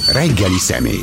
Reggeli személy.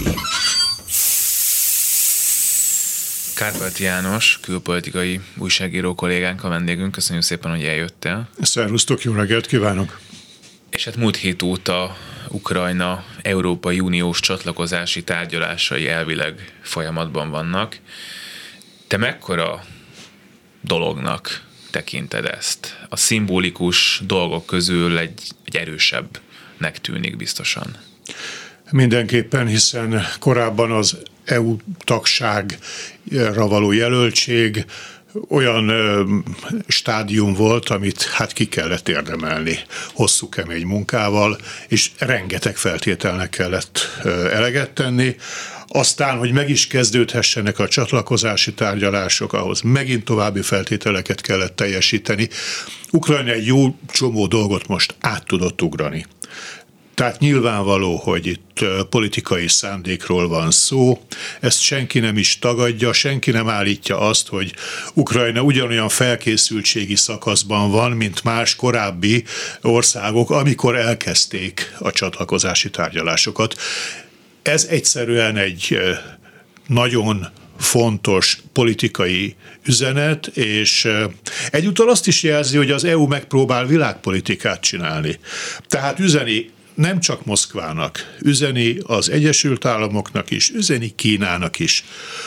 Kárpáti János, külpolitikai újságíró kollégánk a vendégünk. Köszönjük szépen, hogy eljöttél. Szervusztok, jó reggelt kívánok! És hát múlt hét óta Ukrajna Európai Uniós csatlakozási tárgyalásai elvileg folyamatban vannak. Te mekkora dolognak tekinted ezt? A szimbolikus dolgok közül egy erősebbnek tűnik biztosan. Mindenképpen, hiszen korábban az EU tagságra való jelöltség olyan stádium volt, amit hát ki kellett érdemelni hosszú kemény munkával, és rengeteg feltételnek kellett eleget tenni. Aztán, hogy meg is kezdődhessenek a csatlakozási tárgyalások, ahhoz megint további feltételeket kellett teljesíteni. Ukrajna egy jó csomó dolgot most át tudott ugrani. Tehát nyilvánvaló, hogy itt politikai szándékról van szó, ezt senki nem is tagadja, senki nem állítja azt, hogy Ukrajna ugyanolyan felkészültségi szakaszban van, mint más korábbi országok, amikor elkezdték a csatlakozási tárgyalásokat. Ez egyszerűen egy nagyon fontos politikai üzenet, és egyúttal azt is jelzi, hogy az EU megpróbál világpolitikát csinálni. Tehát üzeni nem csak Moszkvának, üzeni az Egyesült Államoknak is, üzeni Kínának is,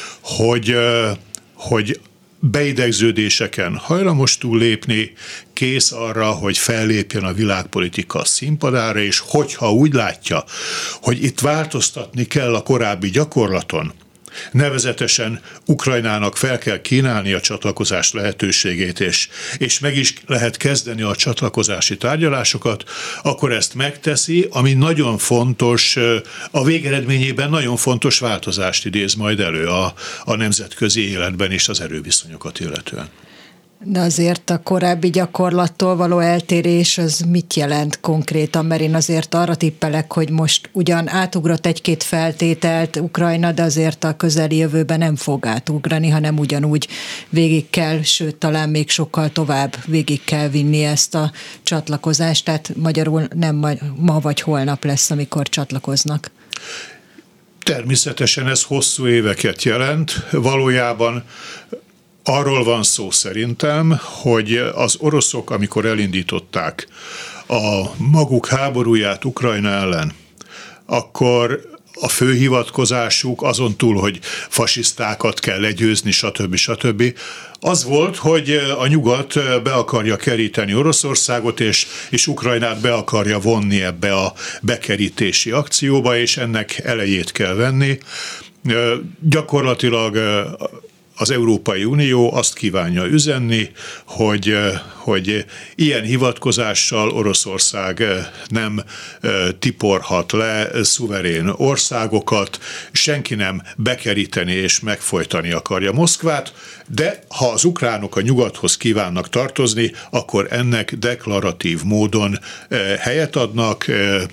hogy beidegződéseken hajlamos túllépni, kész arra, hogy fellépjen a világpolitika színpadára, és hogyha úgy látja, hogy itt változtatni kell a korábbi gyakorlaton, nevezetesen Ukrajnának fel kell kínálni a csatlakozás lehetőségét, és meg is lehet kezdeni a csatlakozási tárgyalásokat, akkor ezt megteszi, ami nagyon fontos, a végeredményében nagyon fontos változást idéz majd elő a nemzetközi életben és az erőviszonyokat illetően. De azért a korábbi gyakorlattól való eltérés az mit jelent konkrétan? Mert én azért arra tippelek, hogy most ugyan átugrott egy-két feltételt Ukrajna, de azért a közeli jövőben nem fog átugrani, hanem ugyanúgy végig kell, sőt talán még sokkal tovább végig kell vinni ezt a csatlakozást, tehát magyarul nem ma vagy holnap lesz, amikor csatlakoznak. Természetesen ez hosszú éveket jelent, valójában arról van szó szerintem, hogy az oroszok, amikor elindították a maguk háborúját Ukrajna ellen, akkor a fő hivatkozásuk azon túl, hogy fasisztákat kell legyőzni, stb. Az volt, hogy a nyugat be akarja keríteni Oroszországot, és Ukrajnát be akarja vonni ebbe a bekerítési akcióba, és ennek elejét kell venni. Gyakorlatilag az Európai Unió azt kívánja üzenni, hogy ilyen hivatkozással Oroszország nem tiporhat le szuverén országokat, senki nem bekeríteni és megfojtani akarja Moszkvát, de ha az ukránok a nyugathoz kívánnak tartozni, akkor ennek deklaratív módon helyet adnak,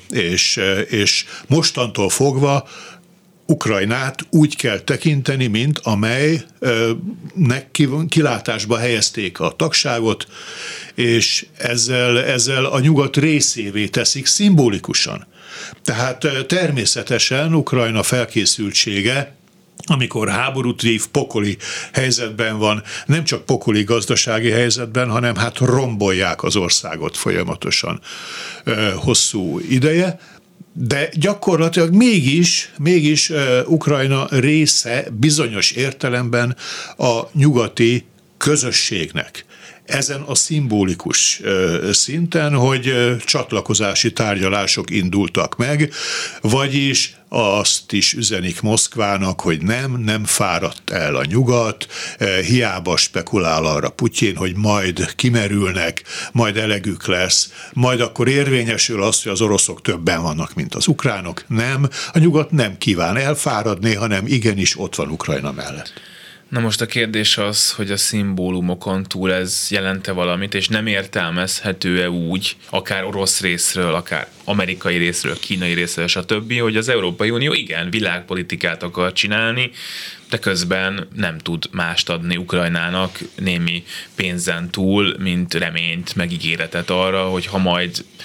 és mostantól fogva Ukrajnát úgy kell tekinteni, mint amelynek kilátásba helyezték a tagságot, és ezzel a nyugat részévé teszik szimbolikusan. Tehát természetesen Ukrajna felkészültsége, amikor háborút vív, pokoli helyzetben van, nem csak pokoli gazdasági helyzetben, hanem hát rombolják az országot folyamatosan hosszú ideje, de gyakorlatilag mégis Ukrajna része bizonyos értelemben a nyugati közösségnek. Ezen a szimbolikus szinten, hogy csatlakozási tárgyalások indultak meg, vagyis azt is üzenik Moszkvának, hogy nem fáradt el a nyugat, hiába spekulál arra Putyin, hogy majd kimerülnek, majd elegük lesz, majd akkor érvényesül az, hogy az oroszok többen vannak, mint az ukránok. Nem, a nyugat nem kíván elfáradni, hanem igenis ott van Ukrajna mellett. Na most a kérdés az, hogy a szimbólumokon túl ez jelente valamit, és nem értelmezhető-e úgy, akár orosz részről, akár amerikai részről, kínai részről, stb., hogy az Európai Unió igen, világpolitikát akar csinálni, de közben nem tud mást adni Ukrajnának némi pénzen túl, mint reményt, meg ígéretet arra, hogy ha majd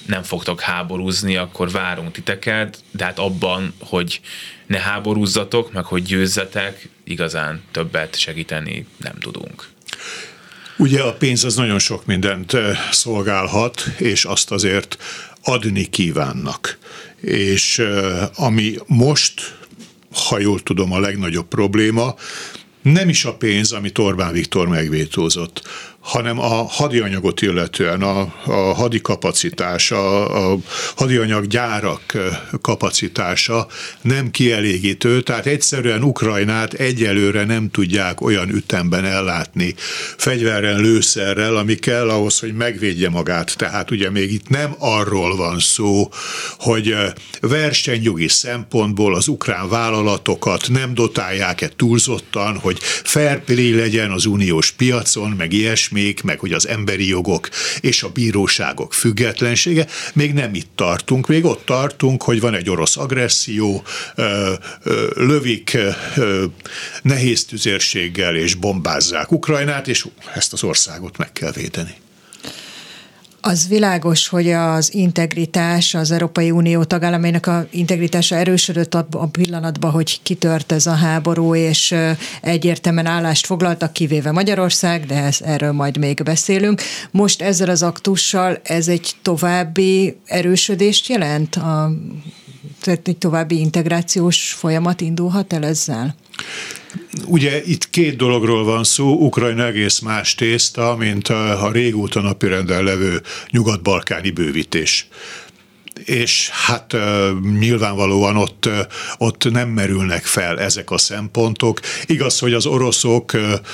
nem fogtok háborúzni, akkor várunk titeket, de hát abban, hogy ne háborúzzatok, meg hogy győzzetek, igazán többet segíteni nem tudunk. Ugye a pénz az nagyon sok mindent szolgálhat, és azt azért adni kívánnak. És ami most, ha jól tudom, a legnagyobb probléma, nem is a pénz, amit Orbán Viktor megvétózott, hanem a hadianyagot illetően, a hadikapacitás, a hadianyaggyárak kapacitása nem kielégítő, tehát egyszerűen Ukrajnát egyelőre nem tudják olyan ütemben ellátni fegyverrel, lőszerrel, ami kell ahhoz, hogy megvédje magát. Tehát ugye még itt nem arról van szó, hogy versenyjogi szempontból az ukrán vállalatokat nem dotálják-e túlzottan, hogy fair play legyen az uniós piacon, meg ilyesmi, meg hogy az emberi jogok és a bíróságok függetlensége, még nem itt tartunk, még ott tartunk, hogy van egy orosz agresszió, lövik nehéz tüzérséggel és bombázzák Ukrajnát, és ezt az országot meg kell védeni. Az világos, hogy az integritás, az Európai Unió tagállamainak a integritása erősödött a pillanatban, hogy kitört ez a háború, és egyértelműen állást foglaltak, kivéve Magyarország, de erről majd még beszélünk. Most ezzel az aktussal ez egy további erősödést jelent? Tehát egy további integrációs folyamat indulhat el ezzel? Ugye itt két dologról van szó, Ukrajna egész más tészta, mint a régóta napirenden levő nyugat-balkáni bővítés. És hát nyilvánvalóan ott nem merülnek fel ezek a szempontok. Igaz, hogy az oroszok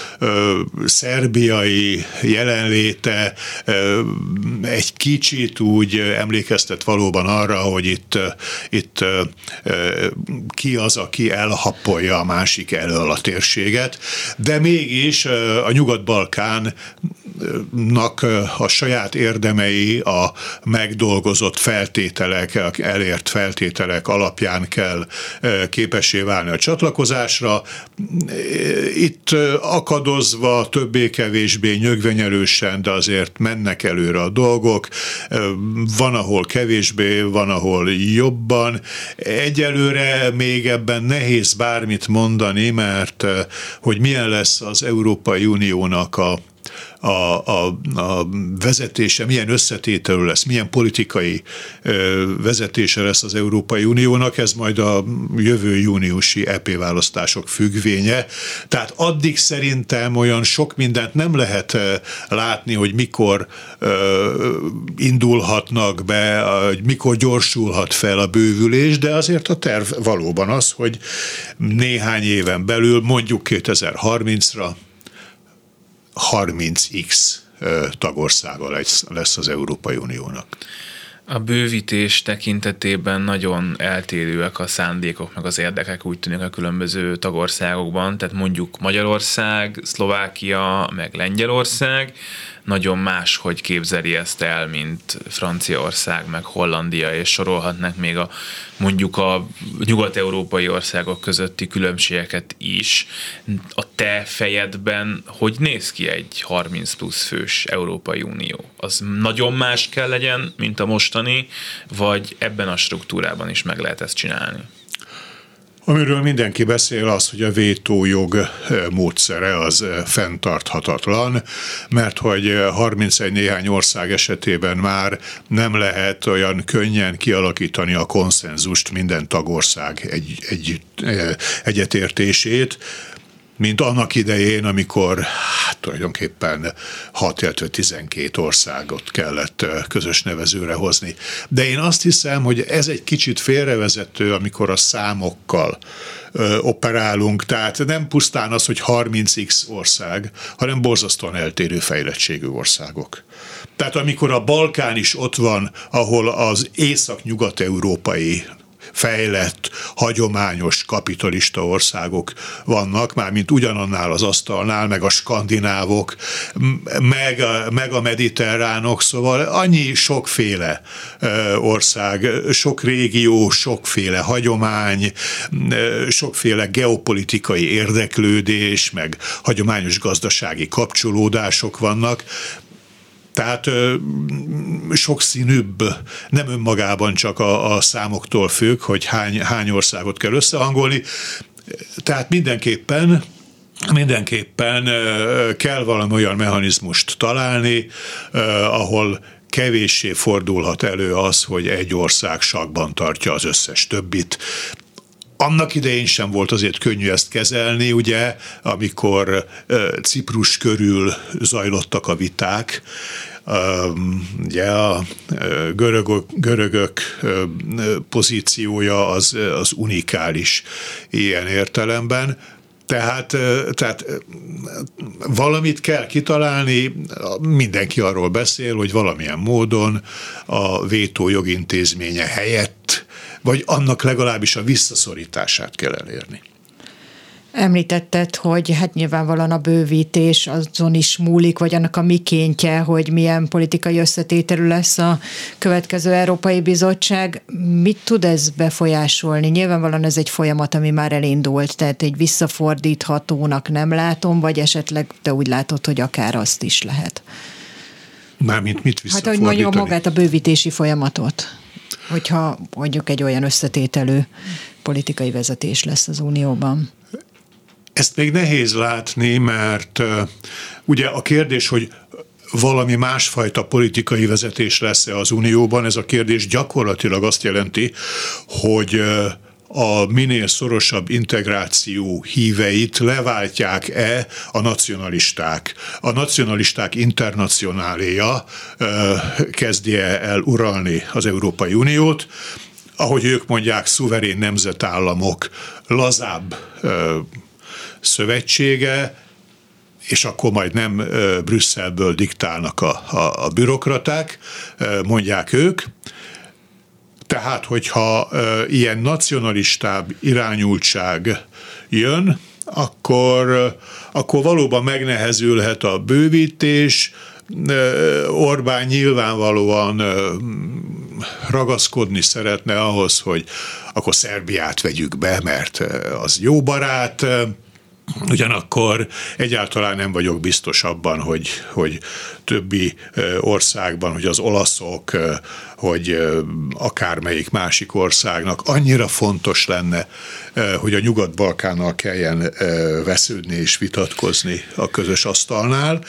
szerbiai jelenléte egy kicsit úgy emlékeztet valóban arra, hogy itt ki az, aki elhappolja a másik elől a térséget, de mégis a Nyugat-Balkánnak a saját érdemei, a megdolgozott feltételek, elért feltételek alapján kell képessé válni a csatlakozásra. Itt akadozva, többé-kevésbé nyögvenyelősen, de azért mennek előre a dolgok. Van, ahol kevésbé, van, ahol jobban. Egyelőre még ebben nehéz bármit mondani, mert hogy milyen lesz az Európai Uniónak a vezetése, milyen összetételű lesz, milyen politikai vezetése lesz az Európai Uniónak, ez majd a jövő júniusi EP választások függvénye. Tehát addig szerintem olyan sok mindent nem lehet látni, hogy mikor indulhatnak be, hogy mikor gyorsulhat fel a bővülés, de azért a terv valóban az, hogy néhány éven belül, mondjuk 2030-ra 30x tagországa lesz az Európai Uniónak. A bővítés tekintetében nagyon eltérőek a szándékok, meg az érdekek úgy tűnik a különböző tagországokban, tehát mondjuk Magyarország, Szlovákia, meg Lengyelország nagyon máshogy képzeli ezt el, mint Franciaország, meg Hollandia, és sorolhatnak még mondjuk a nyugat-európai országok közötti különbségeket is. A te fejedben hogy néz ki egy 30 plusz fős Európai Unió? Az nagyon más kell legyen, mint a mostani, vagy ebben a struktúrában is meg lehet ezt csinálni? Amiről mindenki beszél, az, hogy a vétójog módszere az fenntarthatatlan, mert hogy 31 néhány ország esetében már nem lehet olyan könnyen kialakítani a konszenzust, minden tagország egyetértését, mint annak idején, amikor tulajdonképpen 6, illetve 12 országot kellett közös nevezőre hozni. De én azt hiszem, hogy ez egy kicsit félrevezető, amikor a számokkal operálunk, tehát nem pusztán az, hogy 30x ország, hanem borzasztóan eltérő fejlettségű országok. Tehát amikor a Balkán is ott van, ahol az észak-nyugat-európai fejlett, hagyományos kapitalista országok vannak, mármint ugyanannál az asztalnál, meg a skandinávok, meg a mediterránok, szóval annyi sokféle ország, sok régió, sokféle hagyomány, sokféle geopolitikai érdeklődés, meg hagyományos gazdasági kapcsolódások vannak. Tehát sokszínűbb, nem önmagában csak a számoktól függ, hogy hány országot kell összehangolni. Tehát mindenképpen kell valami olyan mechanizmust találni, ahol kevéssé fordulhat elő az, hogy egy ország sakkban tartja az összes többit. Annak idején sem volt azért könnyű ezt kezelni, ugye, amikor Ciprus körül zajlottak a viták, ugye a görögök pozíciója az unikális ilyen értelemben. Tehát valamit kell kitalálni, mindenki arról beszél, hogy valamilyen módon a vétó jogintézménye helyett, vagy annak legalábbis a visszaszorítását kell elérni. Említetted, hogy hát nyilvánvalóan a bővítés azon is múlik, vagy annak a mikéntje, hogy milyen politikai összetételű lesz a következő Európai Bizottság. Mit tud ez befolyásolni? Nyilvánvalóan ez egy folyamat, ami már elindult, tehát egy visszafordíthatónak nem látom, vagy esetleg te úgy látod, hogy akár azt is lehet. Mármint mit visszafordítani? Hát, hogy mondjuk magát a bővítési folyamatot, hogyha mondjuk egy olyan összetételű politikai vezetés lesz az Unióban. Ezt még nehéz látni, mert ugye a kérdés, hogy valami másfajta politikai vezetés lesz-e az Unióban, ez a kérdés gyakorlatilag azt jelenti, hogy a minél szorosabb integráció híveit leváltják-e a nacionalisták. A nacionalisták internacionáléja kezdje el uralni az Európai Uniót, ahogy ők mondják, szuverén nemzetállamok lazább szövetsége, és akkor majd nem Brüsszelből diktálnak a bürokraták, mondják ők. Tehát, hogyha ilyen nacionalistább irányultság jön, akkor valóban megnehezülhet a bővítés. Orbán nyilvánvalóan ragaszkodni szeretne ahhoz, hogy akkor Szerbiát vegyük be, mert az jó barát. Ugyanakkor egyáltalán nem vagyok biztos abban, hogy többi országban, hogy az olaszok, hogy akármelyik másik országnak annyira fontos lenne, hogy a Nyugat-Balkánnal kelljen vesződni és vitatkozni a közös asztalnál.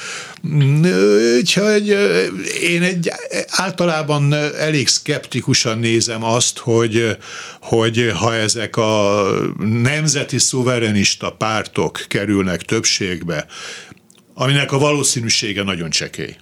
Úgyhogy én általában elég szkeptikusan nézem azt, hogy ha ezek a nemzeti szuverenista pártok kerülnek többségbe, aminek a valószínűsége nagyon csekély,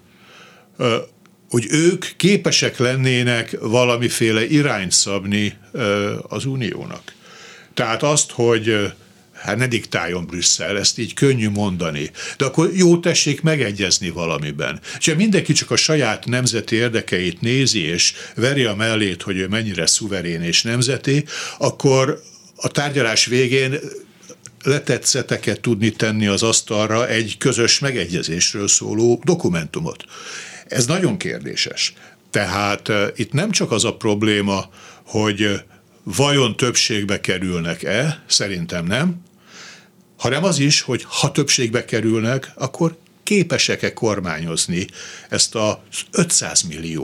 hogy ők képesek lennének valamiféle irányt szabni az Uniónak. Tehát azt, hogy hát ne diktáljon Brüsszel, ezt így könnyű mondani, de akkor jó, tessék megegyezni valamiben. És ha mindenki csak a saját nemzeti érdekeit nézi, és veri a mellét, hogy ő mennyire szuverén és nemzeti, akkor a tárgyalás végén letetszeteket tudni tenni az asztalra egy közös megegyezésről szóló dokumentumot. Ez nagyon kérdéses. Tehát itt nem csak az a probléma, hogy vajon többségbe kerülnek-e, szerintem nem, hanem az is, hogy ha többségbe kerülnek, akkor képesek-e kormányozni ezt az 500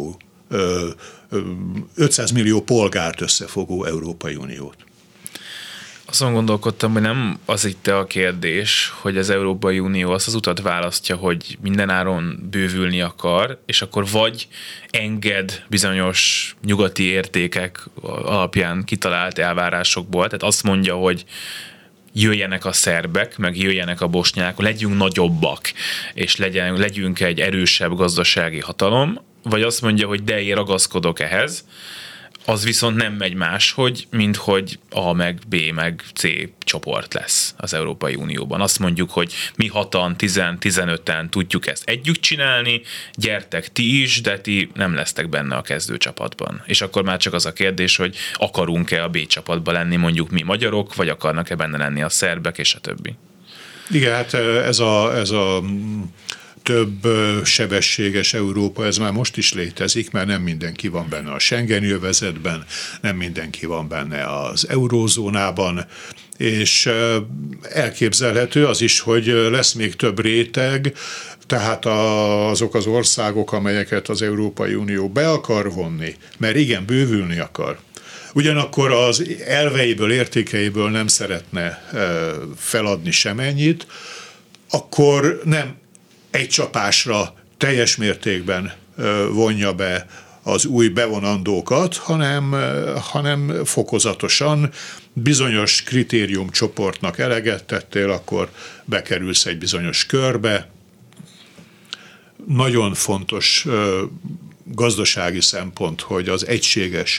millió polgárt összefogó Európai Uniót. Azon gondolkodtam, hogy nem az itt a kérdés, hogy az Európai Unió azt az utat választja, hogy mindenáron bővülni akar, és akkor vagy enged bizonyos nyugati értékek alapján kitalált elvárásokból, tehát azt mondja, hogy jöjjenek a szerbek, meg jöjjenek a bosnyák, legyünk nagyobbak, és legyünk egy erősebb gazdasági hatalom, vagy azt mondja, hogy de én ragaszkodok ehhez, az viszont nem megy máshogy, mint hogy A meg B meg C csoport lesz az Európai Unióban. Azt mondjuk, hogy mi 6-an, 10-15-en tudjuk ezt együtt csinálni, gyertek ti is, de ti nem lesztek benne a kezdőcsapatban. És akkor már csak az a kérdés, hogy akarunk-e a B csapatban lenni mondjuk mi magyarok, vagy akarnak-e benne lenni a szerbek, és a többi. Igen, hát ez a több sebességes Európa, ez már most is létezik, mert nem mindenki van benne a Schengeni övezetben, nem mindenki van benne az eurózónában, és elképzelhető az is, hogy lesz még több réteg, tehát azok az országok, amelyeket az Európai Unió be akar vonni, mert igen, bővülni akar, ugyanakkor az elveiből, értékeiből nem szeretne feladni semennyit, akkor nem egy csapásra teljes mértékben vonja be az új bevonandókat, hanem fokozatosan bizonyos kritériumcsoportnak eleget tettél, akkor bekerülsz egy bizonyos körbe. Nagyon fontos gazdasági szempont, hogy az egységes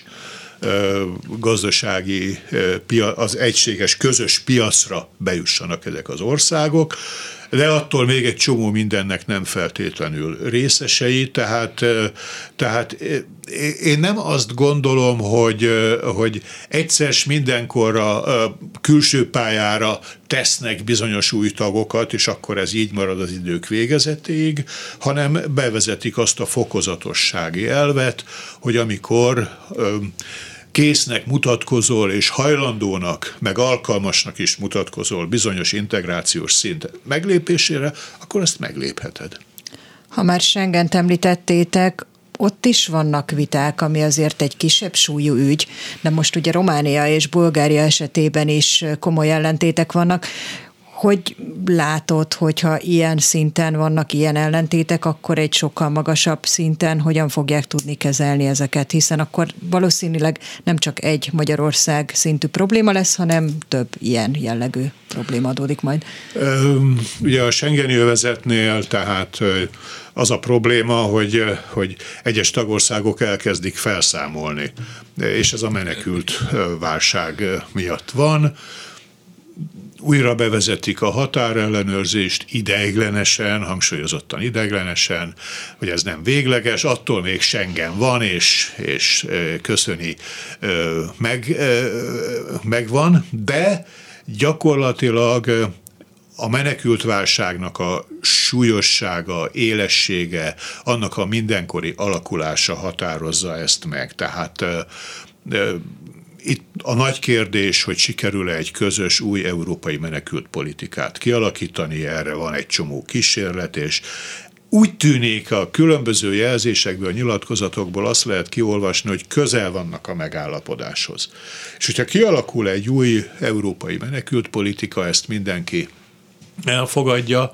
gazdasági, az egységes közös piacra bejussanak ezek az országok, de attól még egy csomó mindennek nem feltétlenül részesei, tehát én nem azt gondolom, hogy egyszer s mindenkorra külső pályára tesznek bizonyos új tagokat, és akkor ez így marad az idők végezetéig, hanem bevezetik azt a fokozatossági elvet, hogy amikor késznek mutatkozol, és hajlandónak, meg alkalmasnak is mutatkozol bizonyos integrációs szint meglépésére, akkor ezt meglépheted. Ha már Schengent említettétek, ott is vannak viták, ami azért egy kisebb súlyú ügy, de most ugye Románia és Bulgária esetében is komoly ellentétek vannak. Hogy látod, hogyha ilyen szinten vannak ilyen ellentétek, akkor egy sokkal magasabb szinten hogyan fogják tudni kezelni ezeket, hiszen akkor valószínűleg nem csak egy Magyarország szintű probléma lesz, hanem több ilyen jellegű probléma adódik majd. Ugye a Schengeni övezetnél tehát az a probléma, hogy egyes tagországok elkezdik felszámolni, és ez a menekült válság miatt van. Újra bevezetik a határellenőrzést ideiglenesen, hangsúlyozottan ideiglenesen, hogy ez nem végleges, attól még Schengen van, és köszöni, megvan, de gyakorlatilag a menekültválságnak a súlyossága, élessége, annak a mindenkori alakulása határozza ezt meg. Tehát itt a nagy kérdés, hogy sikerül-e egy közös új európai menekültpolitikát kialakítani, erre van egy csomó kísérlet, és úgy tűnik a különböző jelzésekből, nyilatkozatokból azt lehet kiolvasni, hogy közel vannak a megállapodáshoz. És hogyha kialakul egy új európai menekültpolitika, ezt mindenki elfogadja,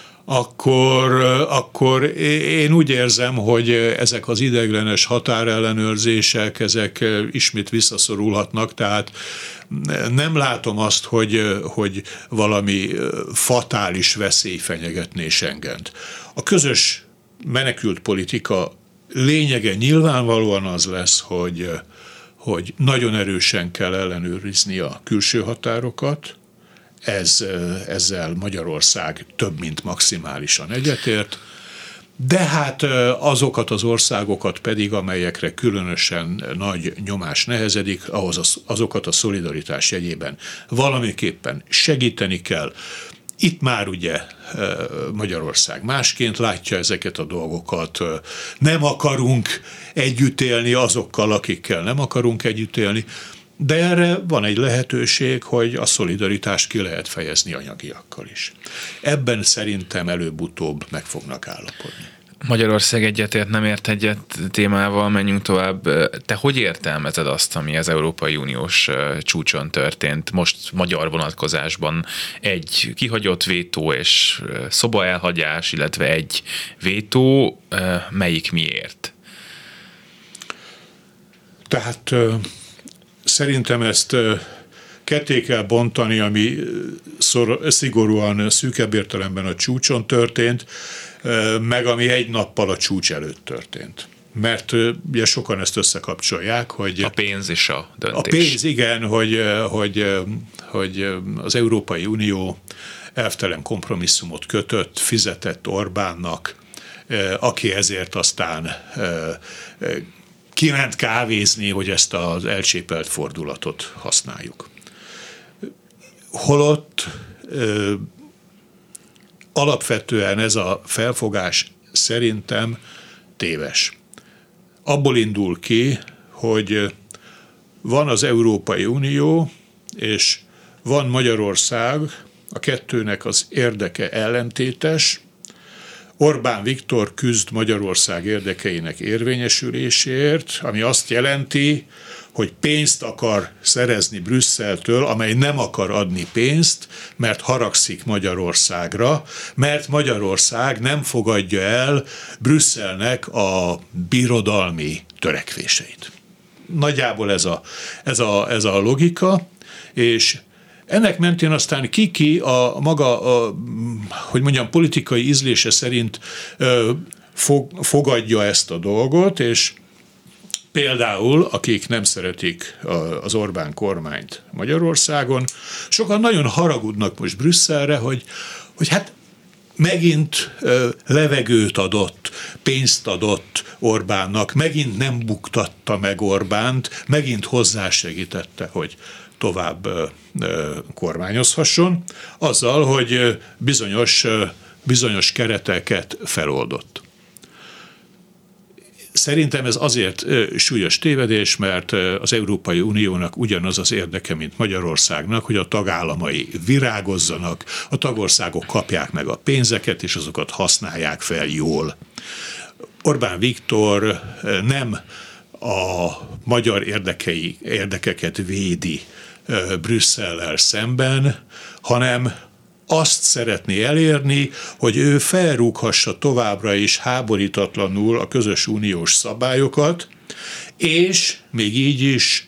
akkor én úgy érzem, hogy ezek az ideiglenes határellenőrzések, ezek ismét visszaszorulhatnak, tehát nem látom azt, hogy valami fatális veszély fenyegetné Schengent. A közös menekültpolitika lényege nyilvánvalóan az lesz, hogy nagyon erősen kell ellenőrizni a külső határokat, ezzel Magyarország több mint maximálisan egyetért, de hát azokat az országokat pedig, amelyekre különösen nagy nyomás nehezedik, azokat a szolidaritás jegyében valamiképpen segíteni kell. Itt már ugye Magyarország másként látja ezeket a dolgokat, nem akarunk együtt élni azokkal, akikkel nem akarunk együtt élni, de erre van egy lehetőség, hogy a szolidaritást ki lehet fejezni anyagiakkal is. Ebben szerintem előbb-utóbb meg fognak állapodni. Magyarország egyetért, nem ért egyet témával, menjünk tovább. Te hogy értelmezed azt, ami az Európai Uniós csúcson történt, most magyar vonatkozásban? Egy kihagyott vétó és szobaelhagyás, illetve egy vétó, melyik miért? Tehát szerintem ezt ketté kell bontani, ami szigorúan szűkebb értelemben a csúcson történt, meg ami egy nappal a csúcs előtt történt. Mert ugye sokan ezt összekapcsolják, hogy... A pénz és a döntés. A pénz, igen, hogy az Európai Unió elvtelen kompromisszumot kötött, fizetett Orbánnak, aki ezért aztán kiment kávézni, hogy ezt az elcsépelt fordulatot használjuk. Holott alapvetően ez a felfogás szerintem téves. Abból indul ki, hogy van az Európai Unió, és van Magyarország, a kettőnek az érdeke ellentétes. Orbán Viktor küzd Magyarország érdekeinek érvényesüléséért, ami azt jelenti, hogy pénzt akar szerezni Brüsszeltől, amely nem akar adni pénzt, mert haragszik Magyarországra, mert Magyarország nem fogadja el Brüsszelnek a birodalmi törekvéseit. Nagyjából ez a logika, és ennek mentén aztán Kiki a maga, hogy mondjam, politikai ízlése szerint fogadja ezt a dolgot, és például, akik nem szeretik az Orbán kormányt Magyarországon, sokan nagyon haragudnak most Brüsszelre, hogy hát megint levegőt adott, pénzt adott Orbánnak, megint nem buktatta meg Orbánt, megint hozzásegítette, hogy tovább kormányozhasson, azzal, hogy bizonyos kereteket feloldott. Szerintem ez azért súlyos tévedés, mert az Európai Uniónak ugyanaz az érdeke, mint Magyarországnak, hogy a tagállamai virágozzanak, a tagországok kapják meg a pénzeket, és azokat használják fel jól. Orbán Viktor nem a magyar érdekeket védi Brüsszellel szemben, hanem azt szeretné elérni, hogy ő felrúghassa továbbra is háborítatlanul a közös uniós szabályokat, és még így is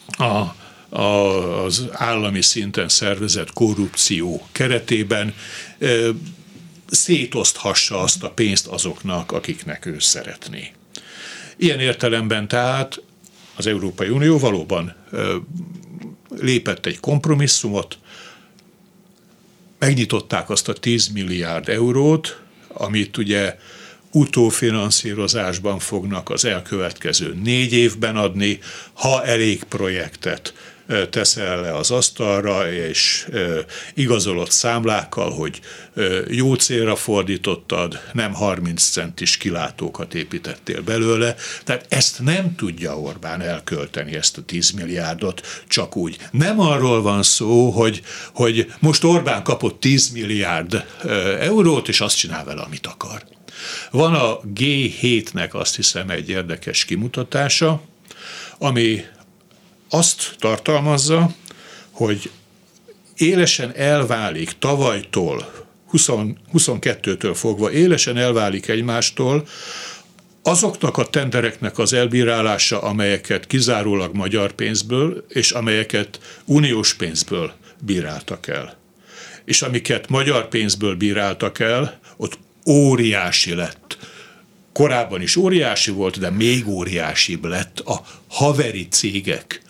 az állami szinten szervezett korrupció keretében szétoszthassa azt a pénzt azoknak, akiknek ő szeretné. Ilyen értelemben tehát az Európai Unió valóban lépett egy kompromisszumot, megnyitották azt a 10 milliárd eurót, amit ugye utófinanszírozásban fognak az elkövetkező 4 évben adni, ha elég projektet teszel le az asztalra, és igazolott számlákkal, hogy jó célra fordítottad, nem 30 centis kilátókat építettél belőle. Tehát ezt nem tudja Orbán elkölteni, ezt a 10 milliárdot csak úgy. Nem arról van szó, hogy most Orbán kapott 10 milliárd eurót, és azt csinál vele, amit akar. Van a G7-nek azt hiszem egy érdekes kimutatása, ami azt tartalmazza, hogy élesen elválik tavalytól, 22-től fogva élesen elválik egymástól azoknak a tendereknek az elbírálása, amelyeket kizárólag magyar pénzből, és amelyeket uniós pénzből bíráltak el. És amiket magyar pénzből bíráltak el, ott óriási lett. Korábban is óriási volt, de még óriásibb lett a haveri cégek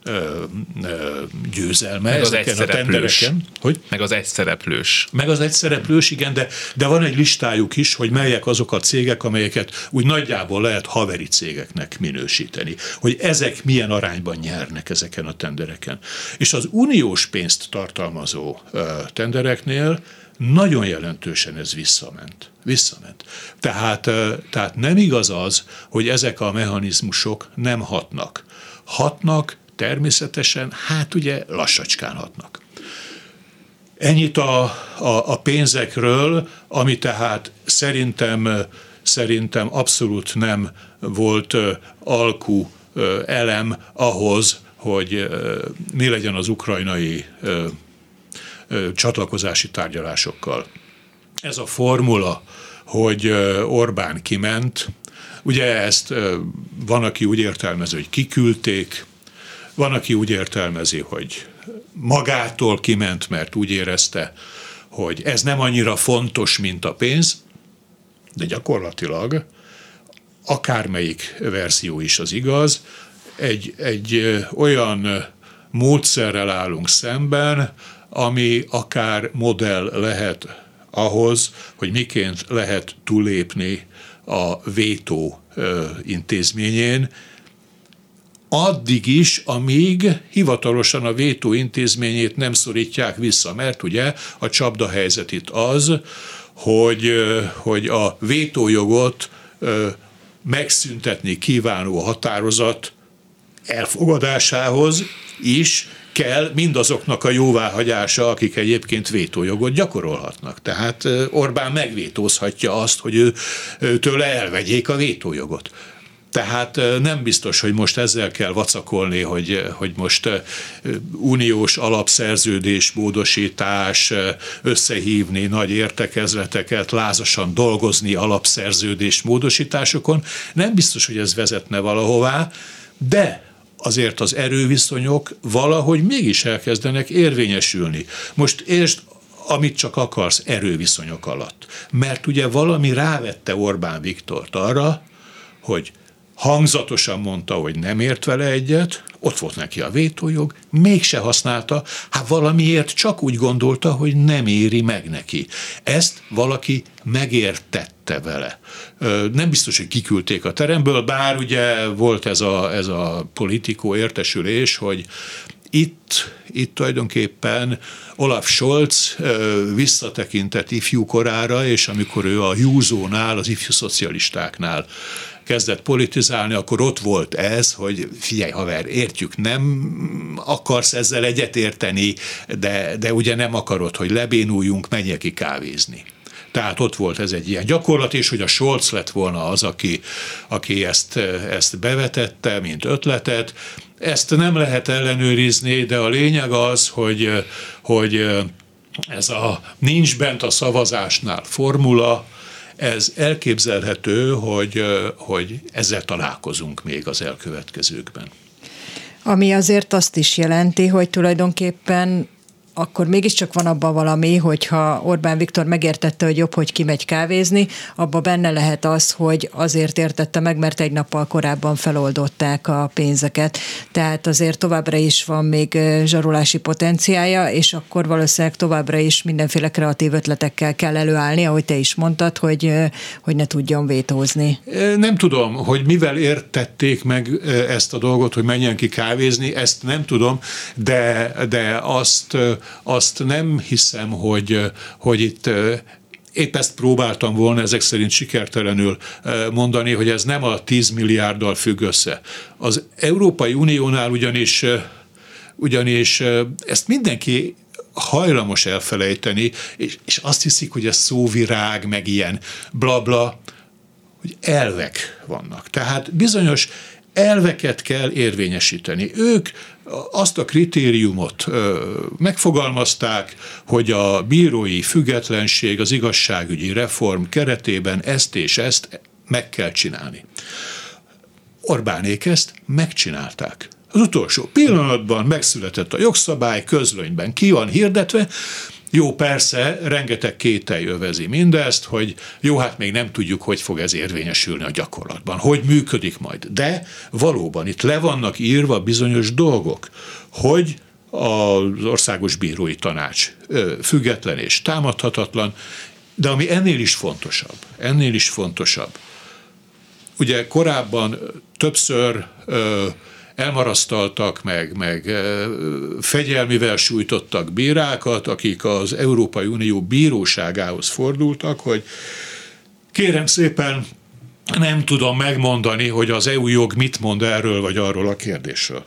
győzelme ezeken a tendereken. Meg az egyszereplős. Meg az egyszereplős, igen, de van egy listájuk is, hogy melyek azok a cégek, amelyeket úgy nagyjából lehet haveri cégeknek minősíteni. Hogy ezek milyen arányban nyernek ezeken a tendereken. És az uniós pénzt tartalmazó tendereknél nagyon jelentősen ez visszament. Tehát nem igaz az, hogy ezek a mechanizmusok nem hatnak. Hatnak, természetesen, hát ugye lassacskán hatnak. Ennyit a pénzekről, ami tehát szerintem abszolút nem volt alkú elem ahhoz, hogy mi legyen az ukrajnai csatlakozási tárgyalásokkal. Ez a formula, hogy Orbán kiment, ugye ezt van, aki úgy értelmezi, hogy kiküldték, van, aki úgy értelmezi, hogy magától kiment, mert úgy érezte, hogy ez nem annyira fontos, mint a pénz, de gyakorlatilag akármelyik verzió is az igaz, egy olyan módszerrel állunk szemben, ami akár modell lehet ahhoz, hogy miként lehet túllépni a vétó intézményén, addig is, amíg hivatalosan a vétó intézményét nem szorítják vissza, mert ugye a csapdahelyzet itt az, hogy a vétójogot megszüntetni kívánó határozat elfogadásához is kell mindazoknak a jóváhagyása, akik egyébként vétójogot gyakorolhatnak. Tehát Orbán megvétózhatja azt, hogy őtől elvegyék a vétójogot. Tehát nem biztos, hogy most ezzel kell vacakolni, hogy most uniós alapszerződés módosítás, összehívni nagy értekezleteket, lázasan dolgozni alapszerződés módosításokon. Nem biztos, hogy ez vezetne valahová, de azért az erőviszonyok valahogy mégis elkezdenek érvényesülni. Most értsd, amit csak akarsz erőviszonyok alatt. Mert ugye valami rávette Orbán Viktort arra, hogy hangzatosan mondta, hogy nem ért vele egyet, ott volt neki a vétójog, mégse használta, hát valamiért csak úgy gondolta, hogy nem éri meg neki. Ezt valaki megértette vele. Nem biztos, hogy kiküldték a teremből, bár ugye volt ez a politikó értesülés, hogy itt tulajdonképpen Olaf Scholz visszatekintett ifjúkorára, és amikor ő a Juso-nál, az ifjú szocialistáknál kezdett politizálni, akkor ott volt ez, hogy figyelj haver, értjük, nem akarsz ezzel egyetérteni, de ugye nem akarod, hogy lebénuljunk, menjek ki kávézni. Tehát ott volt ez egy ilyen gyakorlat, és hogy a Scholz lett volna az, aki ezt bevetette, mint ötletet. Ezt nem lehet ellenőrizni, de a lényeg az, hogy ez a nincs bent a szavazásnál formula, ez elképzelhető, hogy ezzel találkozunk még az elkövetkezőkben. Ami azért azt is jelenti, hogy tulajdonképpen akkor mégiscsak van abban valami, hogyha Orbán Viktor megértette, hogy jobb, hogy kimegy kávézni, abban benne lehet az, hogy azért értette meg, mert egy nappal korábban feloldották a pénzeket. Tehát azért továbbra is van még zsarolási potenciálja, és akkor valószínűleg továbbra is mindenféle kreatív ötletekkel kell előállni, ahogy te is mondtad, hogy ne tudjon vétózni. Nem tudom, hogy mivel értették meg ezt a dolgot, hogy menjen ki kávézni, ezt nem tudom, de azt nem hiszem, hogy itt épp ezt próbáltam volna ezek szerint sikertelenül mondani, hogy ez nem a 10 milliárddal függ össze. Az Európai Uniónál ugyanis ezt mindenki hajlamos elfelejteni, és azt hiszik, hogy ez szóvirág, meg ilyen blabla, hogy elvek vannak. Tehát bizonyos elveket kell érvényesíteni. Ők azt a kritériumot megfogalmazták, hogy a bírói függetlenség, az igazságügyi reform keretében ezt és ezt meg kell csinálni. Orbánék ezt megcsinálták. Az utolsó pillanatban megszületett a jogszabály, közlönyben ki van hirdetve. Jó, persze, rengeteg kételj övezi mindezt, hogy jó, hát még nem tudjuk, hogy fog ez érvényesülni a gyakorlatban, hogy működik majd. De valóban itt le vannak írva bizonyos dolgok, hogy az Országos Bírói Tanács független és támadhatatlan, de ami ennél is fontosabb. Ugye korábban többször elmarasztaltak, meg fegyelmivel sújtottak bírákat, akik az Európai Unió bíróságához fordultak, hogy kérem szépen, nem tudom megmondani, hogy az EU jog mit mond erről vagy arról a kérdésről.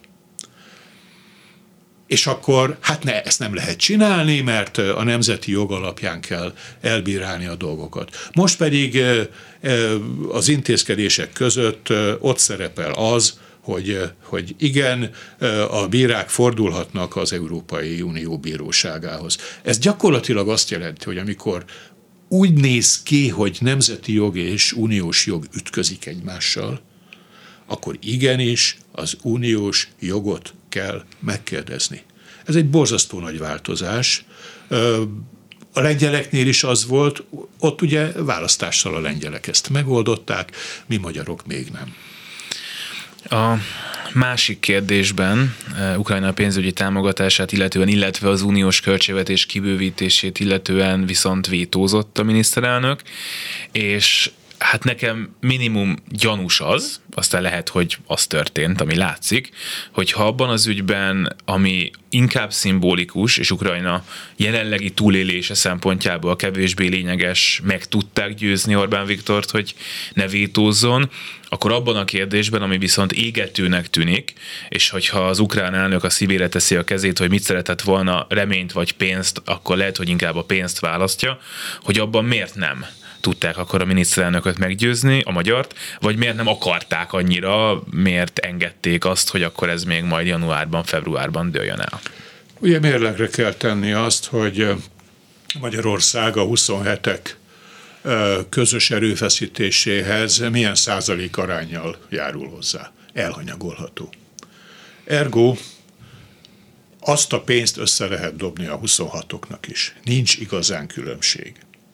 És akkor, hát ezt nem lehet csinálni, mert a nemzeti jog alapján kell elbírálni a dolgokat. Most pedig az intézkedések között ott szerepel az, hogy igen, a bírák fordulhatnak az Európai Unió bíróságához. Ez gyakorlatilag azt jelenti, hogy amikor úgy néz ki, hogy nemzeti jog és uniós jog ütközik egymással, akkor igenis az uniós jogot kell megkérdezni. Ez egy borzasztó nagy változás. A lengyeleknél is az volt, ott ugye választással a lengyelek ezt megoldották, mi magyarok még nem. A másik kérdésben Ukrajna pénzügyi támogatását illetve az uniós költségvetés kibővítését illetően viszont vétózott a miniszterelnök, és hát nekem minimum gyanús az, aztán lehet, hogy az történt, ami látszik, hogy ha abban az ügyben, ami inkább szimbolikus, és Ukrajna jelenlegi túlélése szempontjából kevésbé lényeges, meg tudták győzni Orbán Viktort, hogy ne vétózzon, akkor abban a kérdésben, ami viszont égetőnek tűnik, és hogyha az ukrán elnök a szívére teszi a kezét, hogy mit szeretett volna, reményt vagy pénzt, akkor lehet, hogy inkább a pénzt választja, hogy abban miért nem tudták akkor a miniszterelnököt meggyőzni, a magyart, vagy miért nem akarták annyira, miért engedték azt, hogy akkor ez még majd januárban, februárban dőljön el? Ugye mérlegre kell tenni azt, hogy Magyarország a 27-ek közös erőfeszítéséhez milyen százalék aránnyal járul hozzá. Elhanyagolható. Ergo azt a pénzt össze lehet dobni a 26-oknak is. Nincs igazán különbség.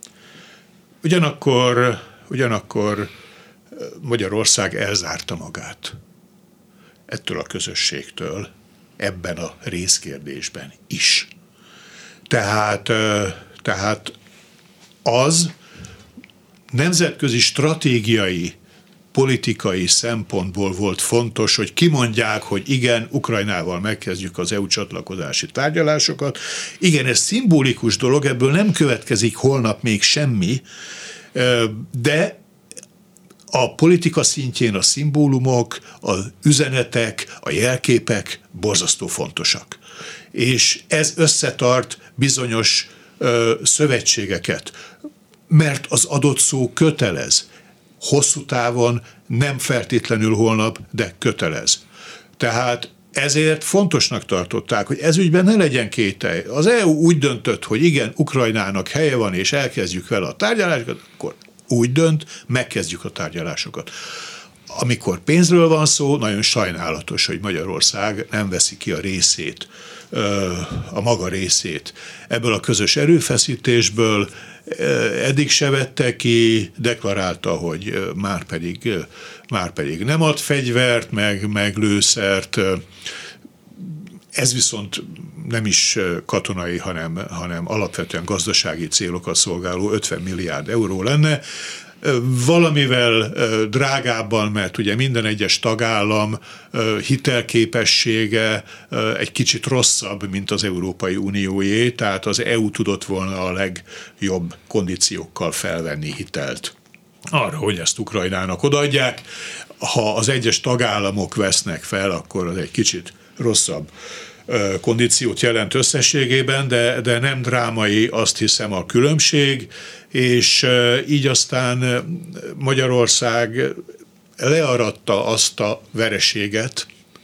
Ugyanakkor Magyarország elzárta magát ettől a közösségtől ebben a részkérdésben is. Tehát az nemzetközi stratégiai, politikai szempontból volt fontos, hogy kimondják, hogy igen, Ukrajnával megkezdjük az EU csatlakozási tárgyalásokat. Igen, ez szimbolikus dolog, ebből nem következik holnap még semmi, de a politika szintjén a szimbólumok, az üzenetek, a jelképek borzasztó fontosak. És ez összetart bizonyos szövetségeket, mert az adott szó kötelez. Hosszú távon, nem feltétlenül holnap, de kötelez. Tehát ezért fontosnak tartották, hogy ezügyben ne legyen kételj. Az EU úgy döntött, hogy igen, Ukrajnának helye van, és elkezdjük vele a tárgyalásokat, akkor úgy dönt, megkezdjük a tárgyalásokat. Amikor pénzről van szó, nagyon sajnálatos, hogy Magyarország nem veszi ki a részét, a maga részét ebből a közös erőfeszítésből. Eddig se vette ki, deklarálta, hogy már pedig nem ad fegyvert, meg lőszert. Ez viszont nem is katonai, hanem alapvetően gazdasági célokat szolgáló 50 milliárd euró lenne. Valamivel drágábban, mert ugye minden egyes tagállam hitelképessége egy kicsit rosszabb, mint az Európai Unióé, tehát az EU tudott volna a legjobb kondíciókkal felvenni hitelt arra, hogy ezt Ukrajnának odaadják. Ha az egyes tagállamok vesznek fel, akkor az egy kicsit rosszabb kondíciót jelent összességében, de nem drámai, azt hiszem, a különbség, és így aztán Magyarország learatta azt a vereséget,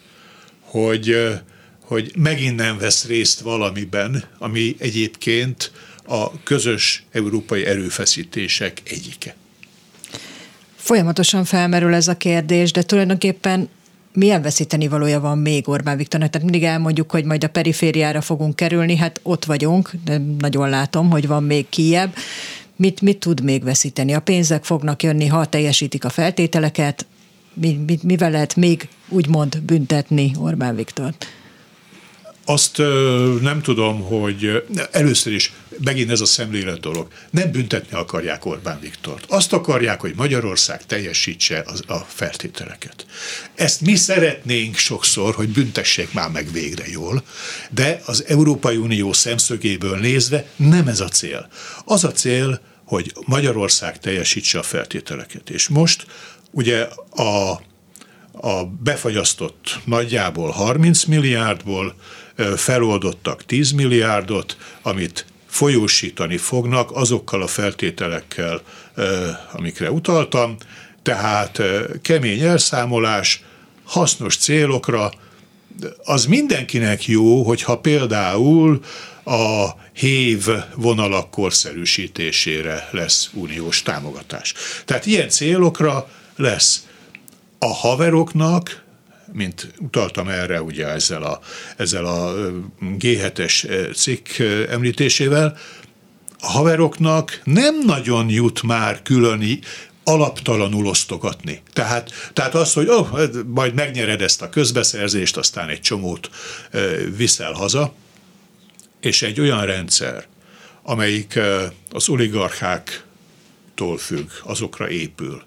hogy megint nem vesz részt valamiben, ami egyébként a közös európai erőfeszítések egyike. Folyamatosan felmerül ez a kérdés, de tulajdonképpen milyen veszítenivalója van még Orbán Viktornak? Tehát mindig elmondjuk, hogy majd a perifériára fogunk kerülni, hát ott vagyunk, de nagyon látom, hogy van még kijebb. Mit tud még veszíteni? A pénzek fognak jönni, ha teljesítik a feltételeket. Mivel lehet még úgymond büntetni Orbán Viktort? Azt nem tudom, hogy először is megint ez a szemlélet dolog. Nem büntetni akarják Orbán Viktort. Azt akarják, hogy Magyarország teljesítse a feltételeket. Ezt mi szeretnénk sokszor, hogy büntessék már meg végre jól, de az Európai Unió szemszögéből nézve nem ez a cél. Az a cél, hogy Magyarország teljesítse a feltételeket. És most ugye a befagyasztott nagyjából 30 milliárdból feloldottak 10 milliárdot, amit folyósítani fognak azokkal a feltételekkel, amikre utaltam, tehát kemény elszámolás, hasznos célokra. Az mindenkinek jó, hogyha például a hév vonalak korszerűsítésére lesz uniós támogatás. Tehát ilyen célokra lesz. A haveroknak, mint utaltam erre ugye ezzel a G7-es cikk említésével, a haveroknak nem nagyon jut már külön alaptalanul osztogatni. Tehát az, hogy majd megnyered ezt a közbeszerzést, aztán egy csomót viszel haza, és egy olyan rendszer, amelyik az oligarchák attól függ, azokra épül,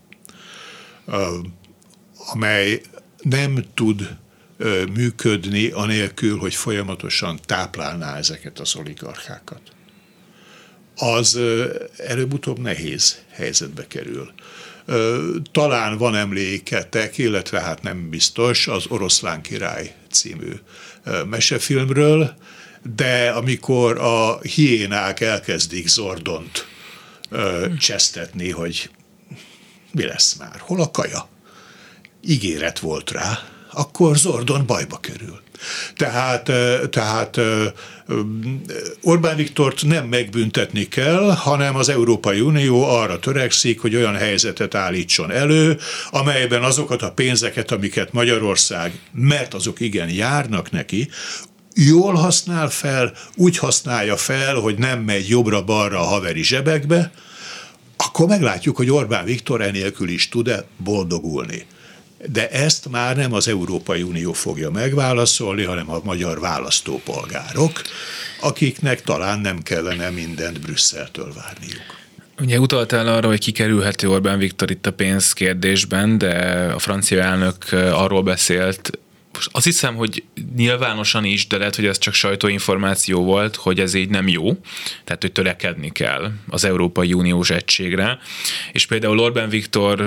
amely nem tud működni anélkül, hogy folyamatosan táplálná ezeket az oligarchákat, az előbb-utóbb nehéz helyzetbe kerül. Talán van emléketek, illetve hát nem biztos, az Oroszlán király című mesefilmről, de amikor a hiénák elkezdik Zordont csesztetni, hogy mi lesz már, hol a kaja? Ígéret volt rá, akkor Zordon bajba kerül. Tehát Orbán Viktort nem megbüntetni kell, hanem az Európai Unió arra törekszik, hogy olyan helyzetet állítson elő, amelyben azokat a pénzeket, amiket Magyarország, mert azok igen járnak neki, jól használ fel, úgy használja fel, hogy nem megy jobbra-balra a haveri zsebekbe, akkor meglátjuk, hogy Orbán Viktor enélkül is tud-e boldogulni. De ezt már nem az Európai Unió fogja megválaszolni, hanem a magyar választópolgárok, akiknek talán nem kellene mindent Brüsszeltől várniuk. Ugye utaltál arra, hogy kikerülhető Orbán Viktor itt a pénzkérdésben, de a francia elnök arról beszélt, azt hiszem, hogy nyilvánosan is, de lehet, hogy ez csak sajtóinformáció volt, hogy ez így nem jó, tehát hogy törekedni kell az Európai Uniós egységre, és például Orbán Viktor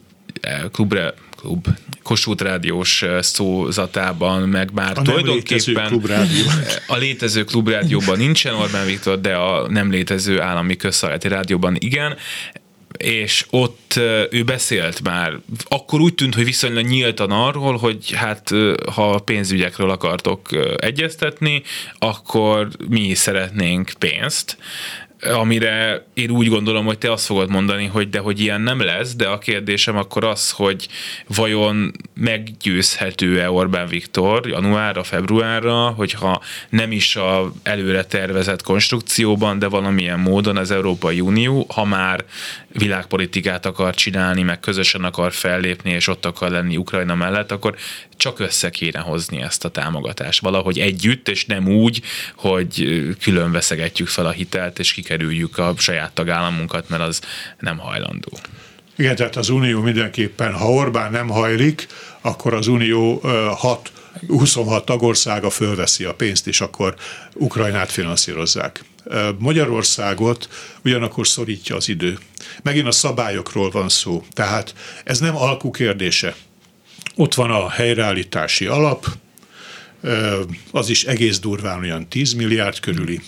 Kossuth Rádiós szózatában, meg már tulajdonképpen a létező klubrádióban nincsen Orbán Viktor, de a nem létező állami közszolgálati rádióban igen, és ott ő beszélt már, akkor úgy tűnt, hogy viszonylag nyíltan arról, hogy hát ha pénzügyekről akartok egyeztetni, akkor mi szeretnénk pénzt, amire én úgy gondolom, hogy te azt fogod mondani, hogy ilyen nem lesz, de a kérdésem akkor az, hogy vajon meggyőzhető-e Orbán Viktor januárra, februárra, hogyha nem is a előre tervezett konstrukcióban, de valamilyen módon az Európai Unió, ha már világpolitikát akar csinálni, meg közösen akar fellépni, és ott akar lenni Ukrajna mellett, akkor csak össze kéne hozni ezt a támogatást. Valahogy együtt, és nem úgy, hogy külön veszegetjük fel a hitelt, és kikerüljük a saját tagállamunkat, mert az nem hajlandó. Igen, tehát az Unió mindenképpen, ha Orbán nem hajlik, akkor az Unió 26 tagországa fölveszi a pénzt, és akkor Ukrajnát finanszírozzák. Magyarországot ugyanakkor szorítja az idő. Megint a szabályokról van szó, tehát ez nem alkú kérdése. Ott van a helyreállítási alap, az is egész durván olyan 10 milliárd körüli.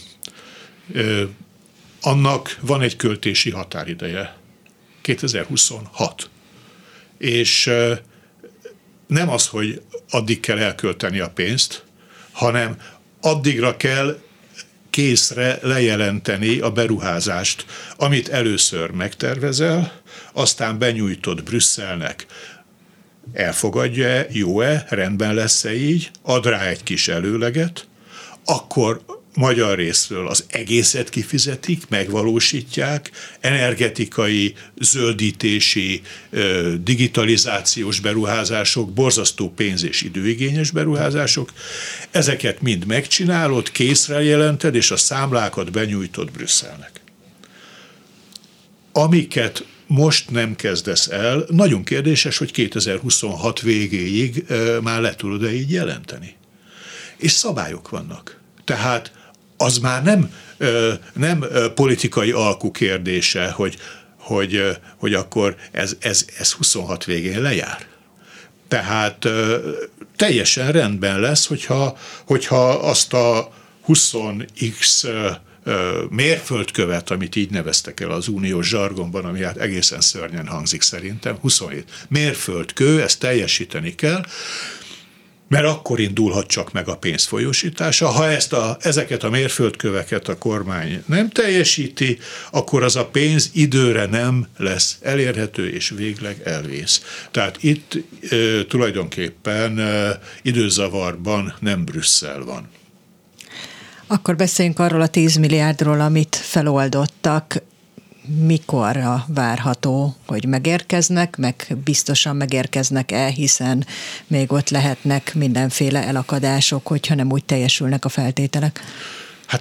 Annak van egy költési határideje, 2026. És nem az, hogy addig kell elkölteni a pénzt, hanem addigra kell készre lejelenteni a beruházást, amit először megtervezel, aztán benyújtod Brüsszelnek. Elfogadja-e, jó-e, rendben lesz-e így, ad rá egy kis előleget, akkor magyar részről az egészet kifizetik, megvalósítják, energetikai, zöldítési, digitalizációs beruházások, borzasztó pénz- és időigényes beruházások, ezeket mind megcsinálod, készre jelented, és a számlákat benyújtod Brüsszelnek. Amiket most nem kezdesz el, nagyon kérdéses, hogy 2026 végéig már le tudod-e így jelenteni. És szabályok vannak. Tehát az már nem politikai alkú kérdése, hogy akkor ez 26 végén lejár. Tehát teljesen rendben lesz, hogyha azt a 20x mérföldkövet, amit így neveztek el az uniós zsargonban, ami hát egészen szörnyen hangzik szerintem, 27 mérföldkő, ezt teljesíteni kell, mert akkor indulhat csak meg a pénzfolyósítása. Ha ezeket a mérföldköveket a kormány nem teljesíti, akkor az a pénz időre nem lesz elérhető, és végleg elvész. Tehát itt tulajdonképpen időzavarban nem Brüsszel van. Akkor beszéljünk arról a 10 milliárdról, amit feloldottak. Mikorra várható, hogy megérkeznek, meg biztosan megérkeznek-e, hiszen még ott lehetnek mindenféle elakadások, hogyha nem úgy teljesülnek a feltételek? Hát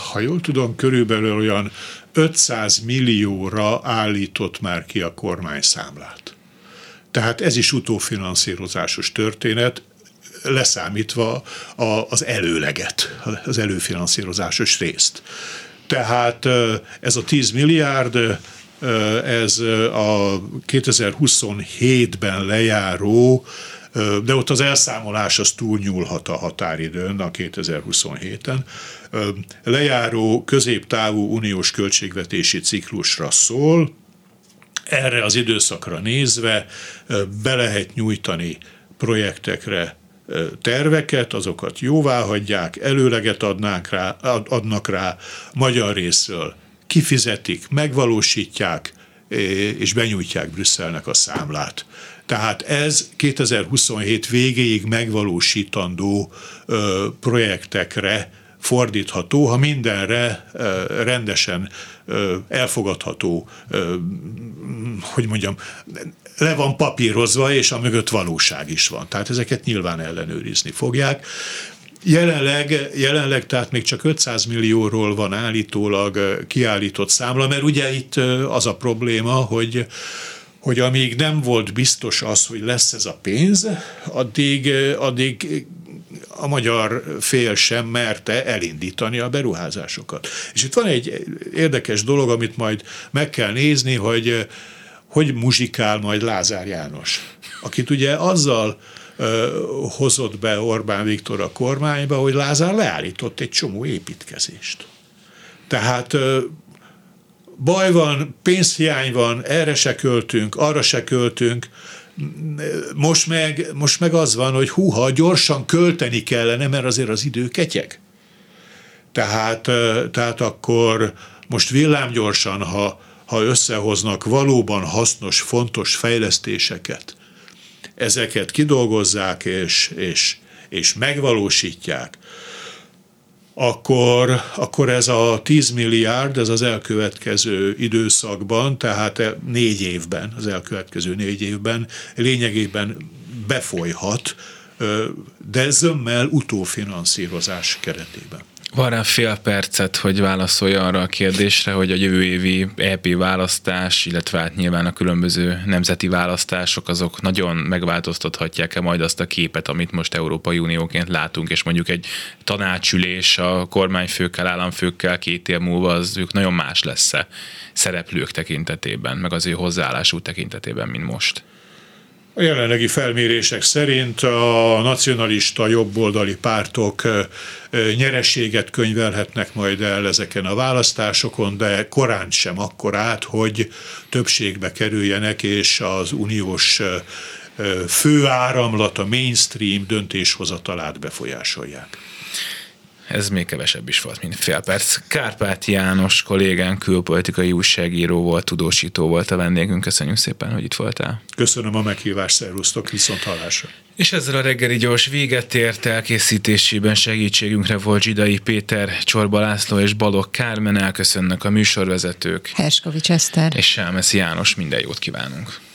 ha jól tudom, körülbelül olyan 500 millióra állított már ki a kormány számlát. Tehát ez is utófinanszírozásos történet, leszámítva az előleget, az előfinanszírozásos részt. Tehát ez a 10 milliárd, ez a 2027-ben lejáró, de ott az elszámolás az túlnyúlhat a határidőn, a 2027-en, lejáró középtávú uniós költségvetési ciklusra szól. Erre az időszakra nézve be lehet nyújtani projektekre terveket, azokat jóváhagyják, előleget adnak rá, magyar részről kifizetik, megvalósítják, és benyújtják Brüsszelnek a számlát. Tehát ez 2027 végéig megvalósítandó projektekre fordítható, ha mindenre rendesen elfogadható, hogy mondjam, le van papírozva, és amögött valóság is van. Tehát ezeket nyilván ellenőrizni fogják. Jelenleg tehát még csak 500 millióról van állítólag kiállított számla, mert ugye itt az a probléma, hogy amíg nem volt biztos az, hogy lesz ez a pénz, addig a magyar fél sem merte elindítani a beruházásokat. És itt van egy érdekes dolog, amit majd meg kell nézni, hogy muzsikál majd Lázár János, akit ugye azzal hozott be Orbán Viktor a kormányba, hogy Lázár leállított egy csomó építkezést. Tehát baj van, pénzhiány van, erre se költünk, arra se költünk, most meg az van, hogy húha, gyorsan költeni kellene, mert azért az idő ketyeg. Tehát akkor most villámgyorsan, ha összehoznak valóban hasznos, fontos fejlesztéseket, ezeket kidolgozzák és megvalósítják, akkor ez a 10 milliárd, ez az elkövetkező időszakban, tehát 4 évben, az elkövetkező 4 évben lényegében befolyhat, de zömmel utófinanszírozás keretében. Van rá fél percet, hogy válaszolja arra a kérdésre, hogy a jövő évi EP választás, illetve hát nyilván a különböző nemzeti választások, azok nagyon megváltoztathatják-e majd azt a képet, amit most Európai Unióként látunk, és mondjuk egy tanácsülés a kormányfőkkel, államfőkkel 2 év múlva az ők nagyon más lesz-e szereplők tekintetében, meg az ő hozzáállásuk tekintetében, mint most? A jelenlegi felmérések szerint a nacionalista jobboldali pártok nyereséget könyvelhetnek majd el ezeken a választásokon, de korán sem akkorát, hogy többségbe kerüljenek, és az uniós főáramlat, a mainstream döntéshozatalát befolyásolják. Ez még kevesebb is volt, mint fél perc. Kárpáti János kollégánk, külpolitikai újságíró volt, tudósító volt a vendégünk. Köszönjük szépen, hogy itt voltál. Köszönöm a meghívást, szervusztok, viszont hallásra. És ezzel a reggeli gyors véget ért, elkészítésében segítségünkre volt Zsidai Péter, Csorba László és Balogh Kármen. Elköszönnek a műsorvezetők. Herskovics Eszter és Selmeci János. Minden jót kívánunk.